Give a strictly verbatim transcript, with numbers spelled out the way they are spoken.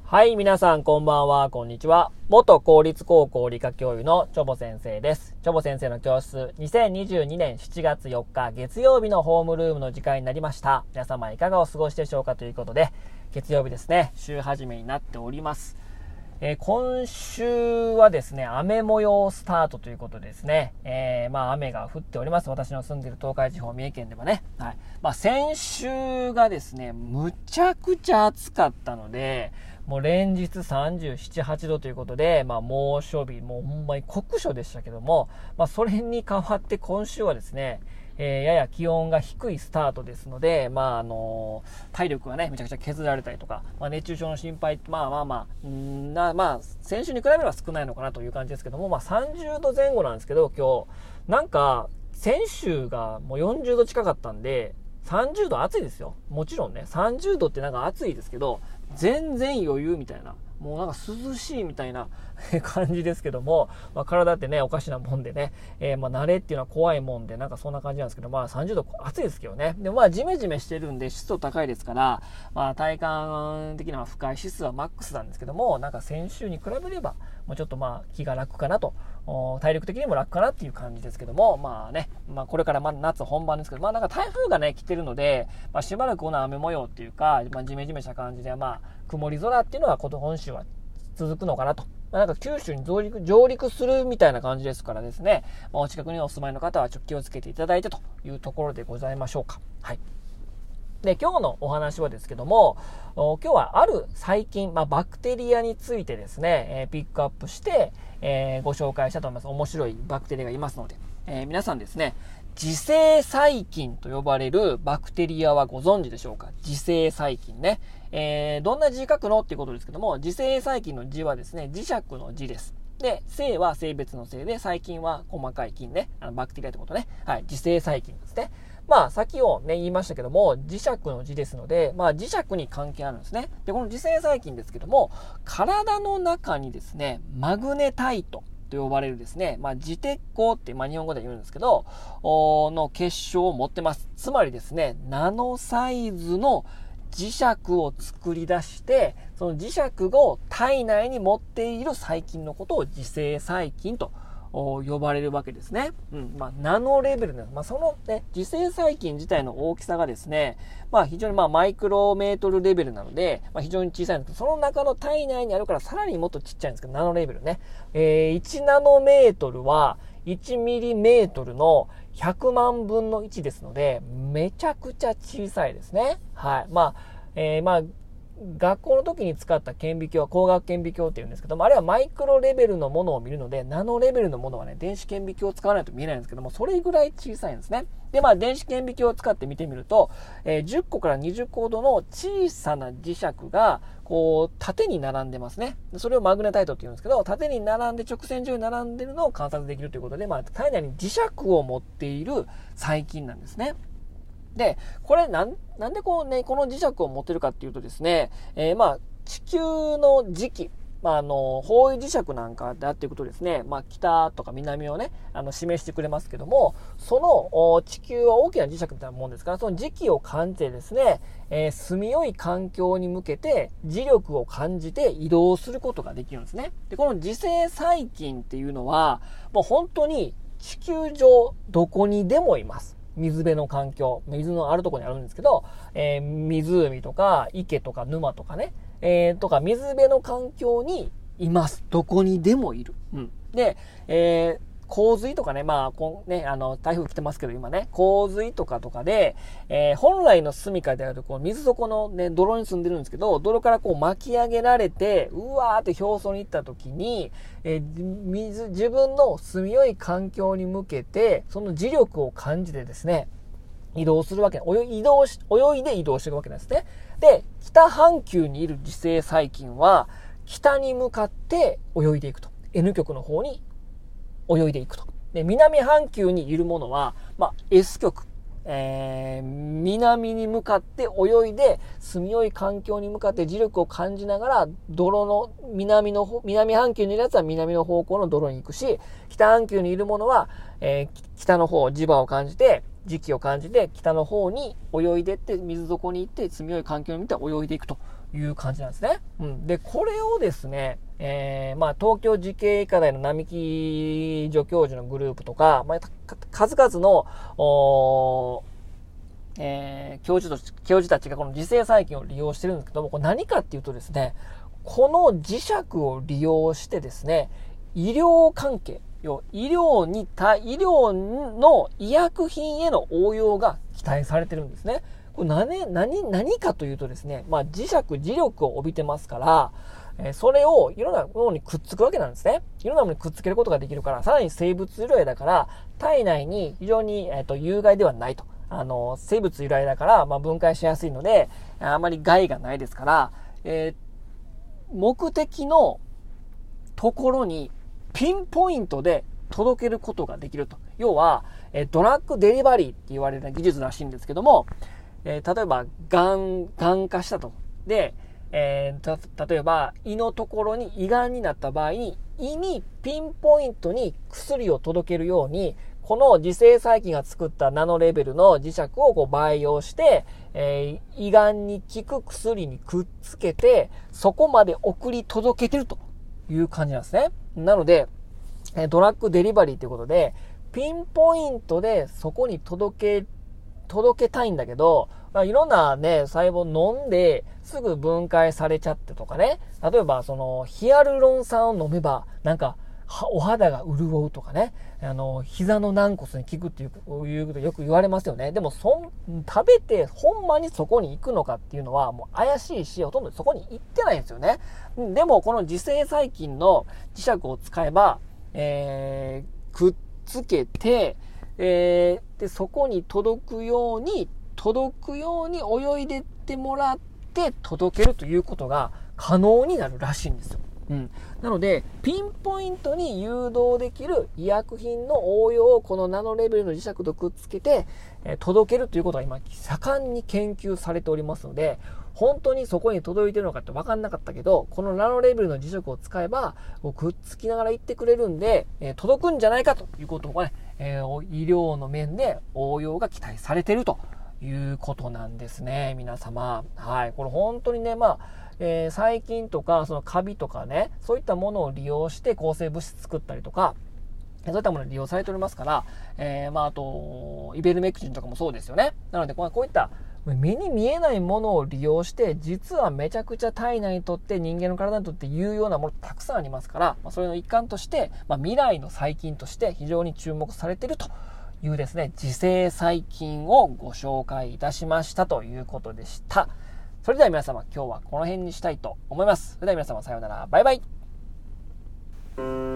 はい、皆さんこんばんは、こんにちは。元公立高校理科教諭のチョボ先生です。チョボ先生の教室、にせんにじゅうにねんしちがつよっか月曜日のホームルームの時間になりました。皆様いかがお過ごしでしょうかということで、月曜日ですね、週始めになっております。えー、今週はですね、雨模様スタートということでですね、えー、まあ雨が降っております。私の住んでいる東海地方、三重県ではね。はい。まあ先週がですね、むちゃくちゃ暑かったので、もう連日さんじゅうなな、はちどということで、まあ猛暑日、もうほんまに酷暑でしたけども、まあそれに変わって今週はですね、えー、やや気温が低いスタートですので、まああのー、体力がね、めちゃくちゃ削られたりとか、まあ、熱中症の心配、まあまあまあ、んなまあ、先週に比べれば少ないのかなという感じですけども、まあさんじゅうどぜん後なんですけど、今日、なんか、先週がもうよんじゅうど近かったんで、さんじゅうど暑いですよ。もちろんね、さんじゅうどってなんか暑いですけど、全然余裕みたいな。もうなんか涼しいみたいな感じですけども、まあ、体ってね、おかしなもんでね、えー、まあ慣れっていうのは怖いもんで、なんかそんな感じなんですけど、まあさんじゅうど暑いですけどね。でもまあジメジメしてるんで湿度高いですから、まあ体感的な不快指数はマックスなんですけども、なんか先週に比べれば、もうちょっとまあ気が楽かなと、体力的にも楽かなっていう感じですけども、まあね、まあこれからまあ夏本番ですけど、まあなんか台風がね、来てるので、まあしばらくこの雨模様っていうか、まあジメジメした感じで、まあ曇り空っていうのは今週は続くのかなと。なんか九州に上陸、上陸するみたいな感じですからですね、まあ、お近くにお住まいの方はちょっと気をつけていただいてというところでございましょうか。はい。で、今日のお話はですけども、今日はある細菌、まあ、バクテリアについてですね、えー、ピックアップして、えー、ご紹介したと思います。面白いバクテリアがいますので、えー、皆さんですね、自生細菌と呼ばれるバクテリアはご存知でしょうか？自生細菌ね。えー、どんな字書くのっていうことですけども、自生細菌の字はですね、磁石の字です。で、生は性別の性で、細菌は細かい菌ね。あのバクテリアってことね。はい。自生細菌ですね。まあ、先をね、言いましたけども、磁石の字ですので、まあ、磁石に関係あるんですね。で、この自生細菌ですけども、体の中にですね、マグネタイトと呼ばれるですね、まあ、磁鉄鉱って、まあ、日本語で言うんですけど、の結晶を持ってます。つまりですね、ナノサイズの磁石を作り出して、その磁石を体内に持っている細菌のことを自生細菌と呼ばれるわけですね。うん。まあ、ナノレベルです。まあ、そのね、自生細菌自体の大きさがですね、まあ、非常にまあ、マイクロメートルレベルなので、まあ、非常に小さいんですけど、その中の体内にあるからさらにもっとちっちゃいんですけど、ナノレベルね。えー、いちナノメートルはいちミリメートルのひゃくまんぶんのいちですので、めちゃくちゃ小さいですね。はい。まあ、えー、まあ、学校の時に使った顕微鏡は光学顕微鏡って言うんですけども、あれはマイクロレベルのものを見るので、ナノレベルのものはね、電子顕微鏡を使わないと見えないんですけども、それぐらい小さいんですね。で、まあ、電子顕微鏡を使って見てみると、えー、じゅっこからにじゅっこほどの小さな磁石が、こう、縦に並んでますね。それをマグネタイトって言うんですけど、縦に並んで直線上に並んでるのを観察できるということで、まあ、体内に磁石を持っている細菌なんですね。で、これなん、なんでこうね、この磁石を持ってるかっていうとですね、えー、まあ、地球の磁気、まあ、あの、方位磁石なんかであっていくとですね、まあ、北とか南をね、あの、示してくれますけども、その、地球は大きな磁石みたいなもんですから、その磁気を感じてですね、えー、住みよい環境に向けて磁力を感じて移動することができるんですね。で、この自生細菌っていうのは、もう本当に地球上どこにでもいます。水辺の環境、水のあるところにあるんですけど、えー、湖とか池とか沼とかね、えー、とか水辺の環境にいます。どこにでもいる。うん。で、えー洪水とかね、まあ、こうね、あの、台風来てますけど、今ね、洪水とかとかで、えー、本来の住処である、こう、水底のね、泥に住んでるんですけど、泥からこう巻き上げられて、うわーって表層に行った時に、えー、水、自分の住みよい環境に向けて、その磁力を感じてですね、移動するわけ、泳い、移動し、泳いで移動していくわけなんですね。で、北半球にいる自生細菌は、北に向かって泳いでいくと。N 極の方に泳いでいくと。で、南半球にいるものは、まあ、S 極。えー、南に向かって泳いで、住みよい環境に向かって磁力を感じながら、泥の、南の、南半球にいるやつは南の方向の泥に行くし、北半球にいるものは、えー、北の方、磁場を感じて、磁気を感じて、北の方に泳いでって、水底に行って、住みよい環境に見て泳いでいくという感じなんですね。うん、で、これをですね、えー、まあ、東京慈恵医科大の並木助教授のグループとか、まあ、数々の、おえー、教授と、教授たちがこの磁性細菌を利用してるんですけども、これ何かっていうとですね、この磁石を利用してですね、医療関係、要医療にた、医療の医薬品への応用が期待されてるんですね。これ何、何、何かというとですね、まあ磁石、磁力を帯びてますから、えー、それをいろんなものにくっつくわけなんですね。いろんなものにくっつけることができるから、さらに生物由来だから、体内に非常に、えーと、有害ではないと。あの、生物由来だから、まあ分解しやすいので、あまり害がないですから、えー、目的のところにピンポイントで届けることができると。要は、えー、ドラッグデリバリーって言われる技術らしいんですけども、えー、例えば、がん、がん化したと。で、えー、た、例えば、胃のところに胃がんになった場合に、胃にピンポイントに薬を届けるように、この磁性細菌が作ったナノレベルの磁石をこう培養して、えー、胃がんに効く薬にくっつけて、そこまで送り届けてるという感じなんですね。なので、えー、ドラッグデリバリーということで、ピンポイントでそこに届け、届けたいんだけど、まあ、いろんなね、細胞飲んで、すぐ分解されちゃってとかね。例えば、その、ヒアルロン酸を飲めば、なんか、お肌が潤うとかね。あの、膝の軟骨に効くっていう、いうことよく言われますよね。でも、そん、食べて、ほんまにそこに行くのかっていうのは、もう怪しいし、ほとんどそこに行ってないんですよね。でも、この磁性細菌の磁石を使えば、えー、くっつけて、えー、で、そこに届くように、届くように泳いでってもらって届けるということが可能になるらしいんですよ。うん。なので、ピンポイントに誘導できる医薬品の応用をこのナノレベルの磁石とくっつけて、えー、届けるということが今、盛んに研究されておりますので、本当にそこに届いてるのかって分かんなかったけど、このナノレベルの磁石を使えば、くっつきながら行ってくれるんで、えー、届くんじゃないかということがね、えー、医療の面で応用が期待されているということなんですね、皆様。はい。これ本当にね、まあ、えー、細菌とか、そのカビとかね、そういったものを利用して抗生物質作ったりとか、そういったものを利用されておりますから、えー、まあ、あと、イベルメクチンとかもそうですよね。なので、こういった目に見えないものを利用して、実はめちゃくちゃ体内にとって人間の体にとって有用なものたくさんありますから、まあ、それの一環として、まあ、未来の細菌として非常に注目されているというですね、磁性細菌をご紹介いたしましたということでした。それでは皆様、今日はこの辺にしたいと思います。それでは皆様、さようなら。バイバイ。